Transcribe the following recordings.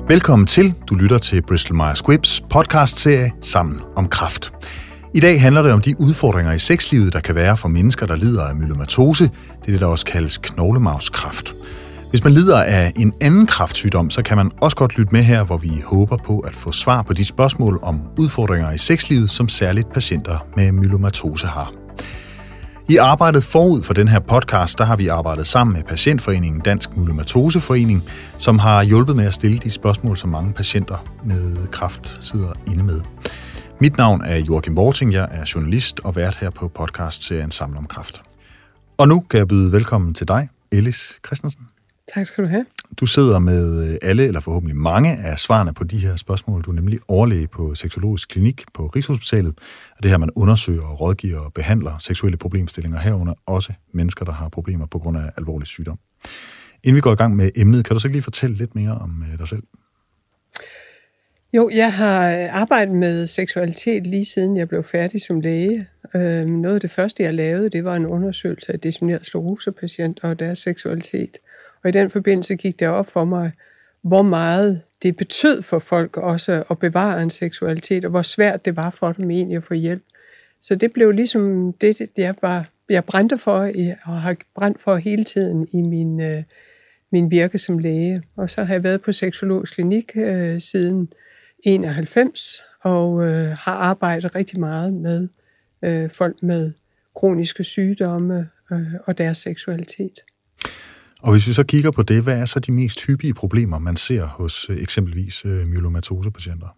Velkommen til. Du lytter til Bristol Myers Squibbs podcast-serie Sammen om kræft. I dag handler det om de udfordringer i sexlivet, der kan være for mennesker, der lider af myelomatose. Det er det, der også kaldes knoglemarvskræft. Hvis man lider af en anden kræftsygdom, så kan man også godt lytte med her, hvor vi håber på at få svar på de spørgsmål om udfordringer i sexlivet, som særligt patienter med myelomatose har. I arbejdet forud for den her podcast, der har vi arbejdet sammen med Patientforeningen Dansk Myelomatoseforening, som har hjulpet med at stille de spørgsmål, som mange patienter med kræft sidder inde med. Mit navn er Joachim Borting, jeg er journalist og vært her på podcast-serien Sammen om kræft. Og nu kan jeg byde velkommen til dig, Ellis Christensen. Tak skal du have. Du sidder med alle, eller forhåbentlig mange af svarene på de her spørgsmål. Du er nemlig overlæge på Sexologisk Klinik på Rigshospitalet, og det her man undersøger og rådgiver og behandler seksuelle problemstillinger herunder, også mennesker, der har problemer på grund af alvorlig sygdom. Inden vi går i gang med emnet, kan du så ikke lige fortælle lidt mere om dig selv? Jo, jeg har arbejdet med seksualitet lige siden jeg blev færdig som læge. Noget af det første, jeg lavede, det var en undersøgelse af dissemineret sklerosepatienter og deres seksualitet. Og i den forbindelse gik det op for mig, hvor meget det betød for folk også at bevare en seksualitet, og hvor svært det var for dem egentlig at få hjælp. Så det blev ligesom det, jeg brændte for, og har brændt for hele tiden i min virke som læge. Og så har jeg været på Sexologisk Klinik siden 91, og har arbejdet rigtig meget med folk med kroniske sygdomme og deres seksualitet. Og hvis vi så kigger på det, hvad er så de mest hyppige problemer, man ser hos eksempelvis myelomatosepatienter?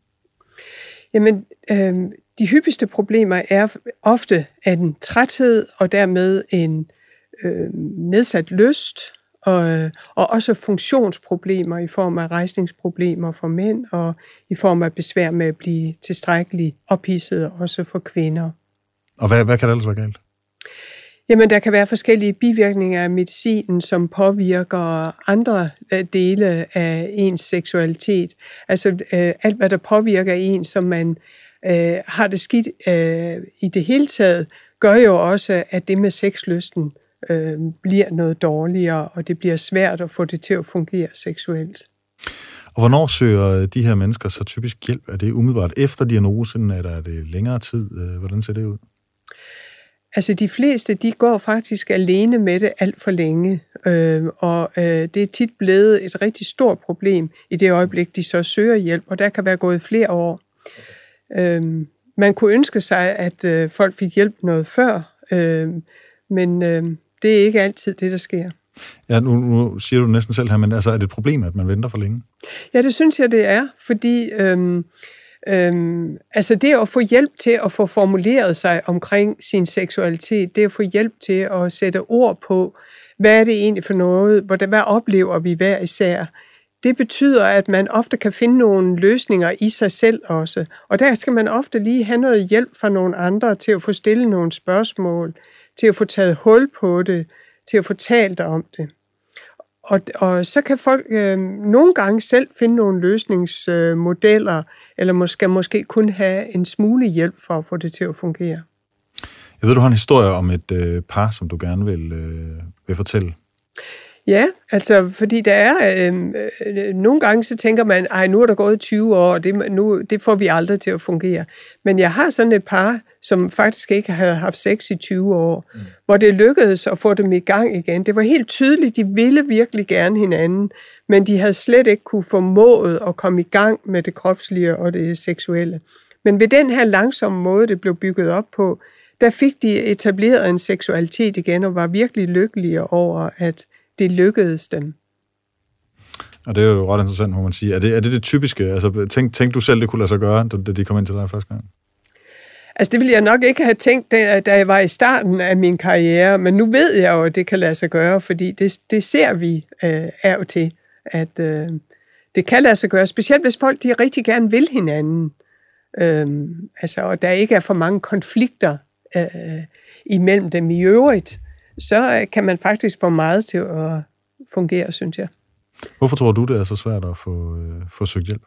Jamen, de hyppigste problemer er ofte en træthed og dermed en nedsat lyst, og også funktionsproblemer i form af rejsningsproblemer for mænd, og i form af besvær med at blive tilstrækkeligt ophidset, også for kvinder. Og hvad kan det ellers være galt? Jamen, der kan være forskellige bivirkninger af medicinen, som påvirker andre dele af ens seksualitet. Altså alt, hvad der påvirker en, som man har det skidt i det hele taget, gør jo også, at det med sexlysten bliver noget dårligere, og det bliver svært at få det til at fungere seksuelt. Og hvornår søger de her mennesker så typisk hjælp? Er det umiddelbart efter diagnosen, eller er det længere tid? Hvordan ser det ud? Altså de fleste, de går faktisk alene med det alt for længe, og det er tit blevet et rigtig stort problem i det øjeblik, de så søger hjælp, og der kan være gået flere år. Man kunne ønske sig, at folk fik hjælp noget før, men det er ikke altid det, der sker. Ja, nu siger du næsten selv her, men altså, er det et problem, at man venter for længe? Ja, det synes jeg, det er, fordi altså det at få hjælp til at få formuleret sig omkring sin seksualitet, det at få hjælp til at sætte ord på, hvad er det egentlig for noget, hvad oplever vi hver især, det betyder, at man ofte kan finde nogle løsninger i sig selv også. Og der skal man ofte lige have noget hjælp fra nogle andre til at få stillet nogle spørgsmål, til at få taget hul på det, til at få talt om det. Og så kan folk nogle gange selv finde nogle løsningsmodeller, eller måske kun have en smule hjælp for at få det til at fungere. Jeg ved, du har en historie om et par, som du gerne vil fortælle. Ja, altså fordi der er nogle gange så tænker man, nu er der gået 20 år, og det får vi aldrig til at fungere. Men jeg har sådan et par, som faktisk ikke havde haft sex i 20 år, hvor det lykkedes at få dem i gang igen. Det var helt tydeligt, de ville virkelig gerne hinanden, men de havde slet ikke kunne formået at komme i gang med det kropslige og det seksuelle. Men ved den her langsomme måde, det blev bygget op på, der fik de etableret en seksualitet igen, og var virkelig lykkelige over, at det lykkedes dem. Og det er jo ret interessant, må man sige. Er det typiske? Altså, tænk du selv, det kunne lade sig gøre, da de kom ind til dig første gang? Altså, det ville jeg nok ikke have tænkt, da jeg var i starten af min karriere, men nu ved jeg jo, at det kan lade sig gøre, fordi det ser vi af og til, at det kan lade sig gøre, specielt hvis folk de rigtig gerne vil hinanden. Og der ikke er for mange konflikter imellem dem i øvrigt, så kan man faktisk få meget til at fungere, synes jeg. Hvorfor tror du, det er så svært at få søgt hjælp?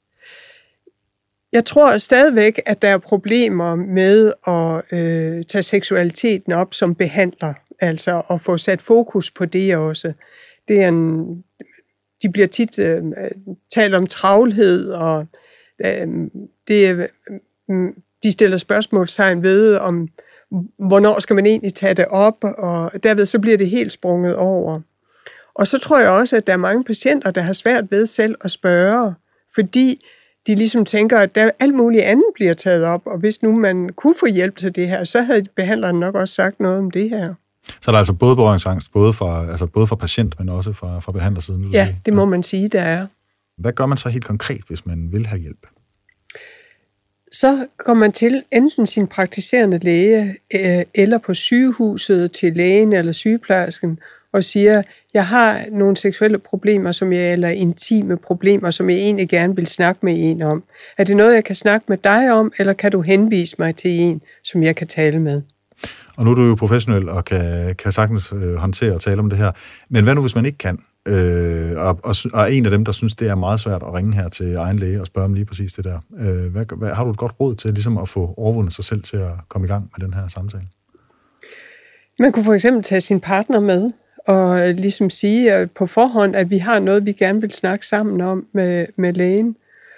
Jeg tror stadigvæk, at der er problemer med at tage seksualiteten op som behandler, altså at få sat fokus på det også. Det er de bliver tit talt om travlhed, og de stiller spørgsmålstegn ved, om hvornår skal man egentlig tage det op, og derved så bliver det helt sprunget over. Og så tror jeg også, at der er mange patienter, der har svært ved selv at spørge, fordi de ligesom tænker, at der alt muligt andet bliver taget op, og hvis nu man kunne få hjælp til det her, så havde behandleren nok også sagt noget om det her. Så der er altså både berøringsangst, både fra patient, men også fra behandlersiden? Ja, det må man sige, der er. Hvad gør man så helt konkret, hvis man vil have hjælp? Så går man til enten sin praktiserende læge, eller på sygehuset til lægen eller sygeplejersken, og siger, jeg har nogle seksuelle problemer, eller intime problemer, som jeg egentlig gerne vil snakke med en om. Er det noget, jeg kan snakke med dig om, eller kan du henvise mig til en, som jeg kan tale med? Og nu er du jo professionel og kan sagtens håndtere og tale om det her. Men hvad nu, hvis man ikke kan? Og en af dem, der synes, det er meget svært at ringe her til egen læge og spørge om lige præcis det der. Har du et godt råd til ligesom at få overvundet sig selv til at komme i gang med den her samtale? Man kunne for eksempel tage sin partner med, og ligesom sige på forhånd, at vi har noget, vi gerne vil snakke sammen om med lægen.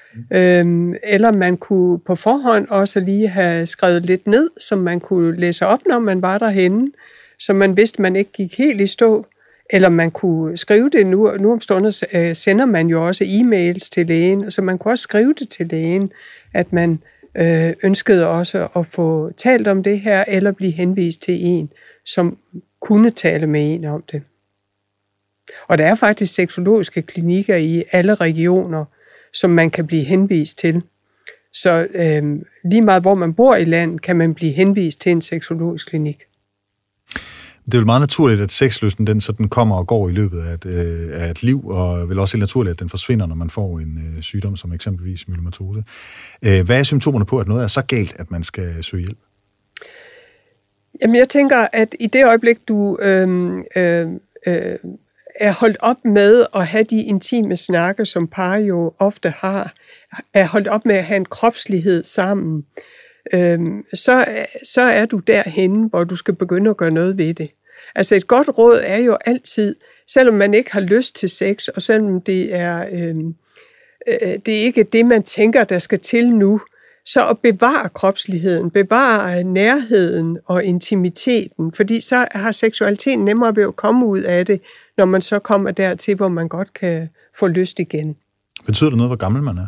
Eller man kunne på forhånd også lige have skrevet lidt ned, som man kunne læse op, når man var derhenne, så man vidste, man ikke gik helt i stå. Eller man kunne skrive det nu om stunder, sender man jo også e-mails til lægen, så man kunne også skrive det til lægen, at man ønskede også at få talt om det her, eller blive henvist til en, som kunne tale med en om det. Og der er faktisk seksologiske klinikker i alle regioner, som man kan blive henvist til. Så lige meget hvor man bor i landet, kan man blive henvist til en seksologisk klinik. Det er jo meget naturligt, at sexlysten den sådan kommer og går i løbet af et liv, og vel også helt naturligt, at den forsvinder, når man får en sygdom som eksempelvis myelomatose. Hvad er symptomerne på, at noget er så galt, at man skal søge hjælp? Jamen, jeg tænker, at i det øjeblik, du er holdt op med at have de intime snakke, som par jo ofte har, er holdt op med at have en kropslighed sammen, så er du derhenne, hvor du skal begynde at gøre noget ved det. Altså et godt råd er jo altid, selvom man ikke har lyst til sex, og selvom det er ikke det, man tænker, der skal til nu, så at bevare kropsligheden, bevare nærheden og intimiteten, fordi så har seksualiteten nemmere ved at komme ud af det, når man så kommer dertil, hvor man godt kan få lyst igen. Betyder det noget, hvor gammel man er?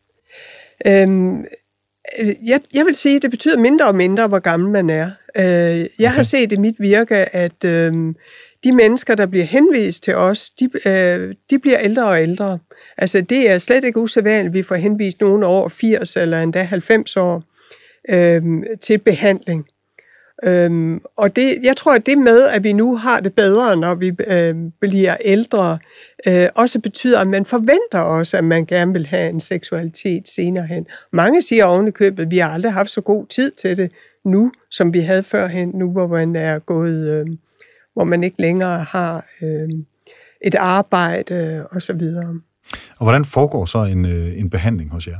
Jeg vil sige, at det betyder mindre og mindre, hvor gammel man er. Jeg har set i mit virke, at de mennesker, der bliver henvist til os, de bliver ældre og ældre. Altså, det er slet ikke usædvanligt, at vi får henvist nogen over 80 eller endda 90 år til behandling. Og jeg tror, at det med, at vi nu har det bedre, når vi bliver ældre, også betyder, at man forventer også, at man gerne vil have en seksualitet senere hen. Mange siger oven i købet, at vi har aldrig haft så god tid til det nu, som vi havde førhen, nu hvor man er gået, hvor man ikke længere har et arbejde osv. Og hvordan foregår så en behandling hos jer?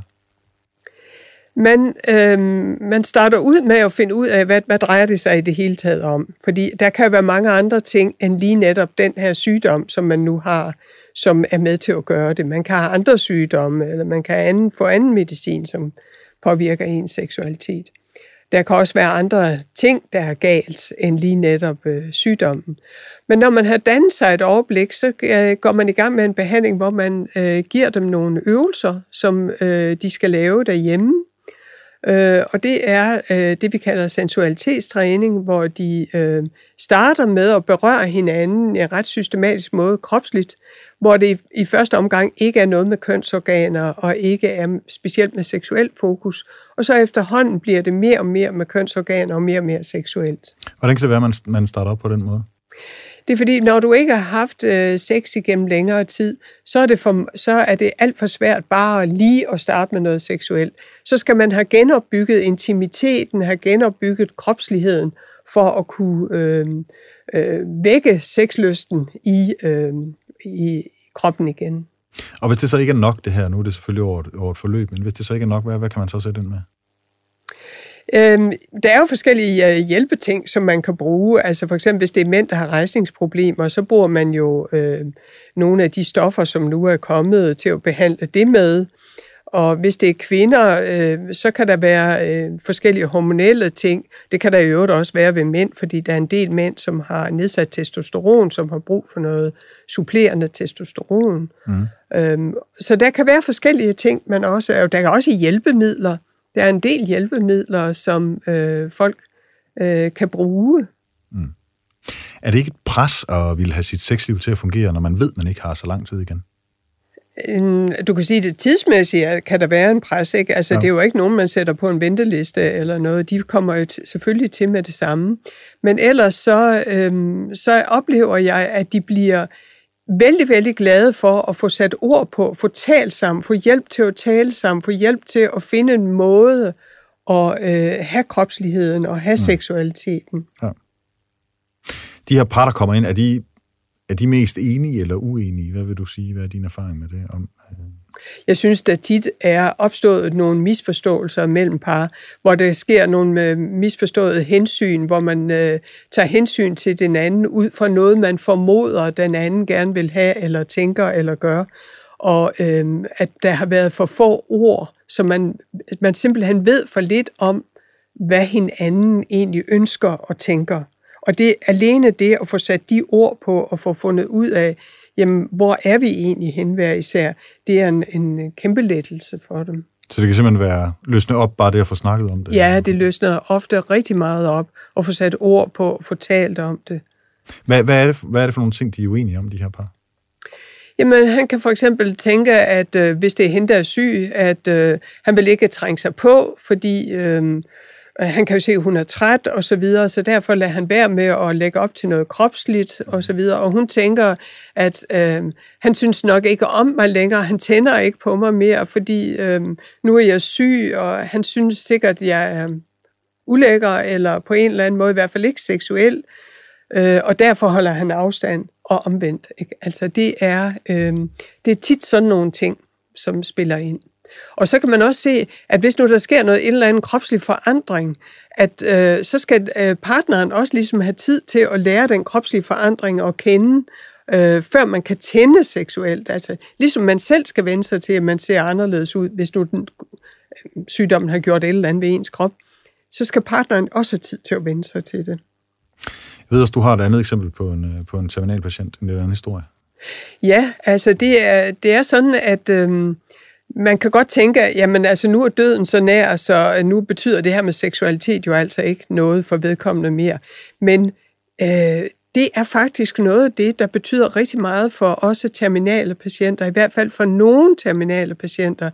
Man starter ud med at finde ud af, hvad drejer det sig i det hele taget om. Fordi der kan være mange andre ting end lige netop den her sygdom, som man nu har, som er med til at gøre det. Man kan have andre sygdomme, eller man kan få anden medicin, som påvirker ens seksualitet. Der kan også være andre ting, der er galt, end lige netop sygdommen. Men når man har dannet sig et overblik, så går man i gang med en behandling, hvor man giver dem nogle øvelser, som de skal lave derhjemme. Og det er det, vi kalder sensualitetstræning, hvor de starter med at berøre hinanden i en ret systematisk måde kropsligt, hvor det i første omgang ikke er noget med kønsorganer og ikke er specielt med seksuel fokus. Og så efterhånden bliver det mere og mere med kønsorganer og mere seksuelt. Hvordan kan det være, at man starter op på den måde? Det er fordi, når du ikke har haft sex igennem længere tid, så er det alt for svært bare lige at starte med noget seksuelt. Så skal man have genopbygget intimiteten, have genopbygget kropsligheden, for at kunne vække sexlysten i kroppen igen. Og hvis det så ikke er nok det her, nu er det selvfølgelig over et forløb, men hvis det så ikke er nok, hvad kan man så sætte ind med? Der er jo forskellige hjælpeting, som man kan bruge. Altså for eksempel, hvis det er mænd, der har rejsningsproblemer, så bruger man jo nogle af de stoffer, som nu er kommet til at behandle det med. Og hvis det er kvinder, så kan der være forskellige hormonelle ting. Det kan der i øvrigt også være ved mænd, fordi der er en del mænd, som har nedsat testosteron, som har brug for noget supplerende testosteron. Så der kan være forskellige ting, men også, der er også hjælpemidler. Der er en del hjælpemidler, som folk kan bruge. Er det ikke et pres at ville have sit sexliv til at fungere, når man ved, man ikke har så lang tid igen? Du kan sige, det tidsmæssigt kan der være en pres, ikke? Altså, det er jo ikke nogen, man sætter på en venteliste eller noget. De kommer jo selvfølgelig til med det samme. Men ellers så oplever jeg, at de bliver vældig, vældig glade for at få sat ord på, få talt sammen, få hjælp til at tale sammen, få hjælp til at finde en måde at have kropsligheden og have seksualiteten. Ja. De her par, der kommer ind, er de mest enige eller uenige? Hvad vil du sige? Hvad er din erfaring med det om? Jeg synes, der tit er opstået nogle misforståelser mellem par, hvor der sker nogle misforståede hensyn, hvor man tager hensyn til den anden ud fra noget, man formoder, den anden gerne vil have, eller tænker, eller gør. Og at der har været for få ord, så man simpelthen ved for lidt om, hvad hinanden egentlig ønsker og tænker. Og det alene det at få sat de ord på og få fundet ud af, jamen, hvor er vi egentlig hen hver især, det er en kæmpe lettelse for dem. Så det kan simpelthen være løsne op, bare det at få snakket om det? Ja, det løsner ofte rigtig meget op, at få sat ord på, og få talt om det. Hvad er det for nogle ting, de er uenige om, de her par? Jamen, han kan for eksempel tænke, at hvis det er hende, der er syg, at han vil ikke trænge sig på, fordi han kan jo se, at hun er træt og så videre, så derfor lader han være med at lægge op til noget kropsligt og så videre. Og hun tænker, at han synes nok ikke om mig længere, han tænder ikke på mig mere, fordi nu er jeg syg, og han synes sikkert, at jeg er ulækker, eller på en eller anden måde i hvert fald ikke seksuel, og derfor holder han afstand og omvendt. Ikke? Altså det er tit sådan nogle ting, som spiller ind. Og så kan man også se, at hvis nu der sker en eller anden kropslig forandring, at så skal partneren også ligesom have tid til at lære den kropslige forandring at kende, før man kan tænde seksuelt. Altså ligesom man selv skal vende sig til, at man ser anderledes ud, hvis nu sygdommen har gjort et eller andet ved ens krop, så skal partneren også have tid til at vende sig til det. Jeg ved også, du har et andet eksempel på en terminalpatient, en lidt anden historie. Ja, altså det er sådan, at man kan godt tænke, jamen altså nu er døden så nær, så nu betyder det her med seksualitet jo altså ikke noget for vedkommende mere. Men det er faktisk noget af det, der betyder rigtig meget for også terminale patienter, i hvert fald for nogle terminale patienter.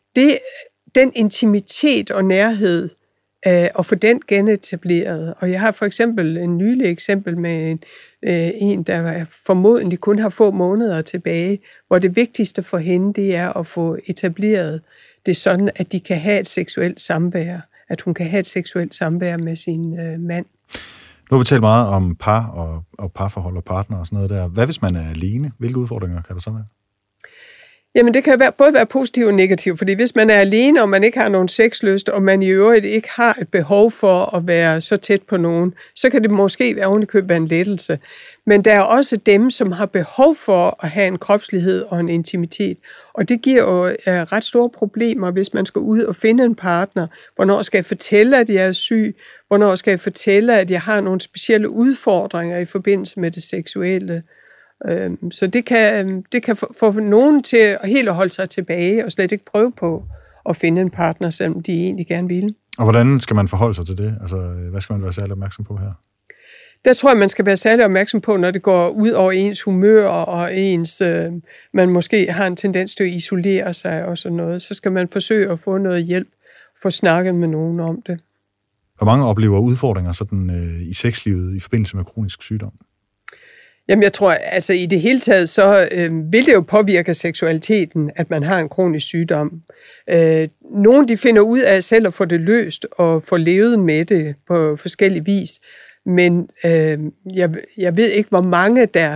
Den intimitet og nærhed, og få den genetableret. Og jeg har for eksempel en nylig eksempel med en, der formodentlig kun har få måneder tilbage, hvor det vigtigste for hende, det er at få etableret det sådan, at de kan have et seksuelt samvær, at hun kan have et seksuelt samvær med sin mand. Nu har vi talt meget om par og parforhold og partner og sådan noget der. Hvad hvis man er alene? Hvilke udfordringer kan der så være? Jamen det kan både være positivt og negativt, fordi hvis man er alene, og man ikke har nogen sexlyst, og man i øvrigt ikke har et behov for at være så tæt på nogen, så kan det måske være ovenikøbet en lettelse. Men der er også dem, som har behov for at have en kropslighed og en intimitet, og det giver jo ret store problemer, hvis man skal ud og finde en partner. Hvornår skal jeg fortælle, at jeg er syg? Hvornår skal jeg fortælle, at jeg har nogle specielle udfordringer i forbindelse med det seksuelle? Så det kan få nogen til helt at holde sig tilbage og slet ikke prøve på at finde en partner, selvom de egentlig gerne vil. Og hvordan skal man forholde sig til det? Altså, hvad skal man være særlig opmærksom på her? Der tror jeg, man skal være særlig opmærksom på, når det går ud over ens humør og ens, man måske har en tendens til at isolere sig og sådan noget. Så skal man forsøge at få noget hjælp, få snakket med nogen om det. Hvor mange oplever udfordringer sådan, i sexlivet i forbindelse med kronisk sygdom? Jamen jeg tror, altså i det hele taget, så vil det jo påvirke seksualiteten, at man har en kronisk sygdom. Nogle de finder ud af selv at få det løst og få levet med det på forskellige vis. Men jeg ved ikke, hvor mange der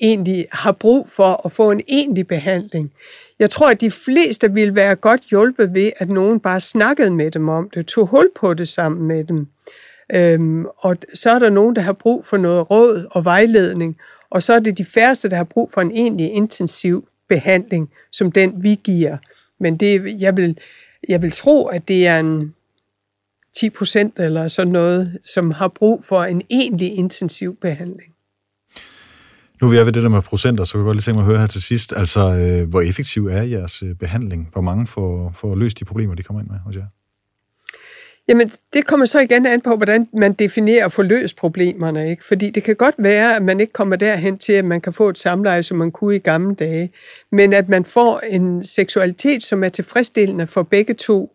egentlig har brug for at få en egentlig behandling. Jeg tror, at de fleste ville være godt hjulpet ved, at nogen bare snakkede med dem om det, tog hul på det sammen med dem. Og så er der nogen, der har brug for noget råd og vejledning, og så er det de færreste, der har brug for en egentlig intensiv behandling, som den vi giver. Men det, jeg vil tro, at det er en 10% eller sådan noget, som har brug for en egentlig intensiv behandling. Nu er vi ved det der med procenter, så kan jeg godt lige tænke mig at høre her til sidst. Altså, hvor effektiv er jeres behandling? Hvor mange får løst de problemer, de kommer ind med hos jer? Jamen, det kommer så igen an på, hvordan man definerer at få løst problemerne, ikke? Fordi det kan godt være, at man ikke kommer derhen til, at man kan få et samleje, som man kunne i gamle dage, men at man får en seksualitet, som er tilfredsstillende for begge to.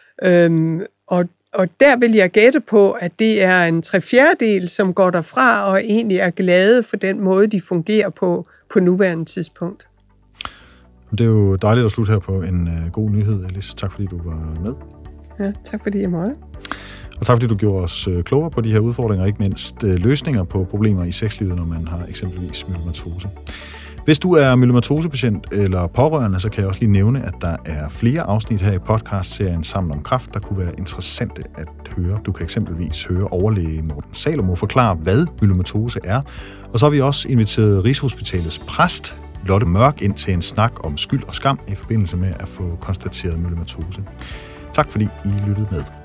Og der vil jeg gætte på, at det er en 3/4, som går derfra og egentlig er glade for den måde, de fungerer på nuværende tidspunkt. Det er jo dejligt at slutte her på en god nyhed, Alice. Tak fordi du var med. Ja, tak fordi jeg måtte. Og tak fordi du gjorde os klogere på de her udfordringer, ikke mindst løsninger på problemer i sexlivet, når man har eksempelvis myelomatose. Hvis du er myelomatosepatient eller pårørende, så kan jeg også lige nævne, at der er flere afsnit her i podcast-serien Sammen om Kræft, der kunne være interessante at høre. Du kan eksempelvis høre overlæge Morten Salomo forklare, hvad myelomatose er. Og så har vi også inviteret Rigshospitalets præst, Lotte Mørk, ind til en snak om skyld og skam i forbindelse med at få konstateret myelomatose. Tak fordi I lyttede med.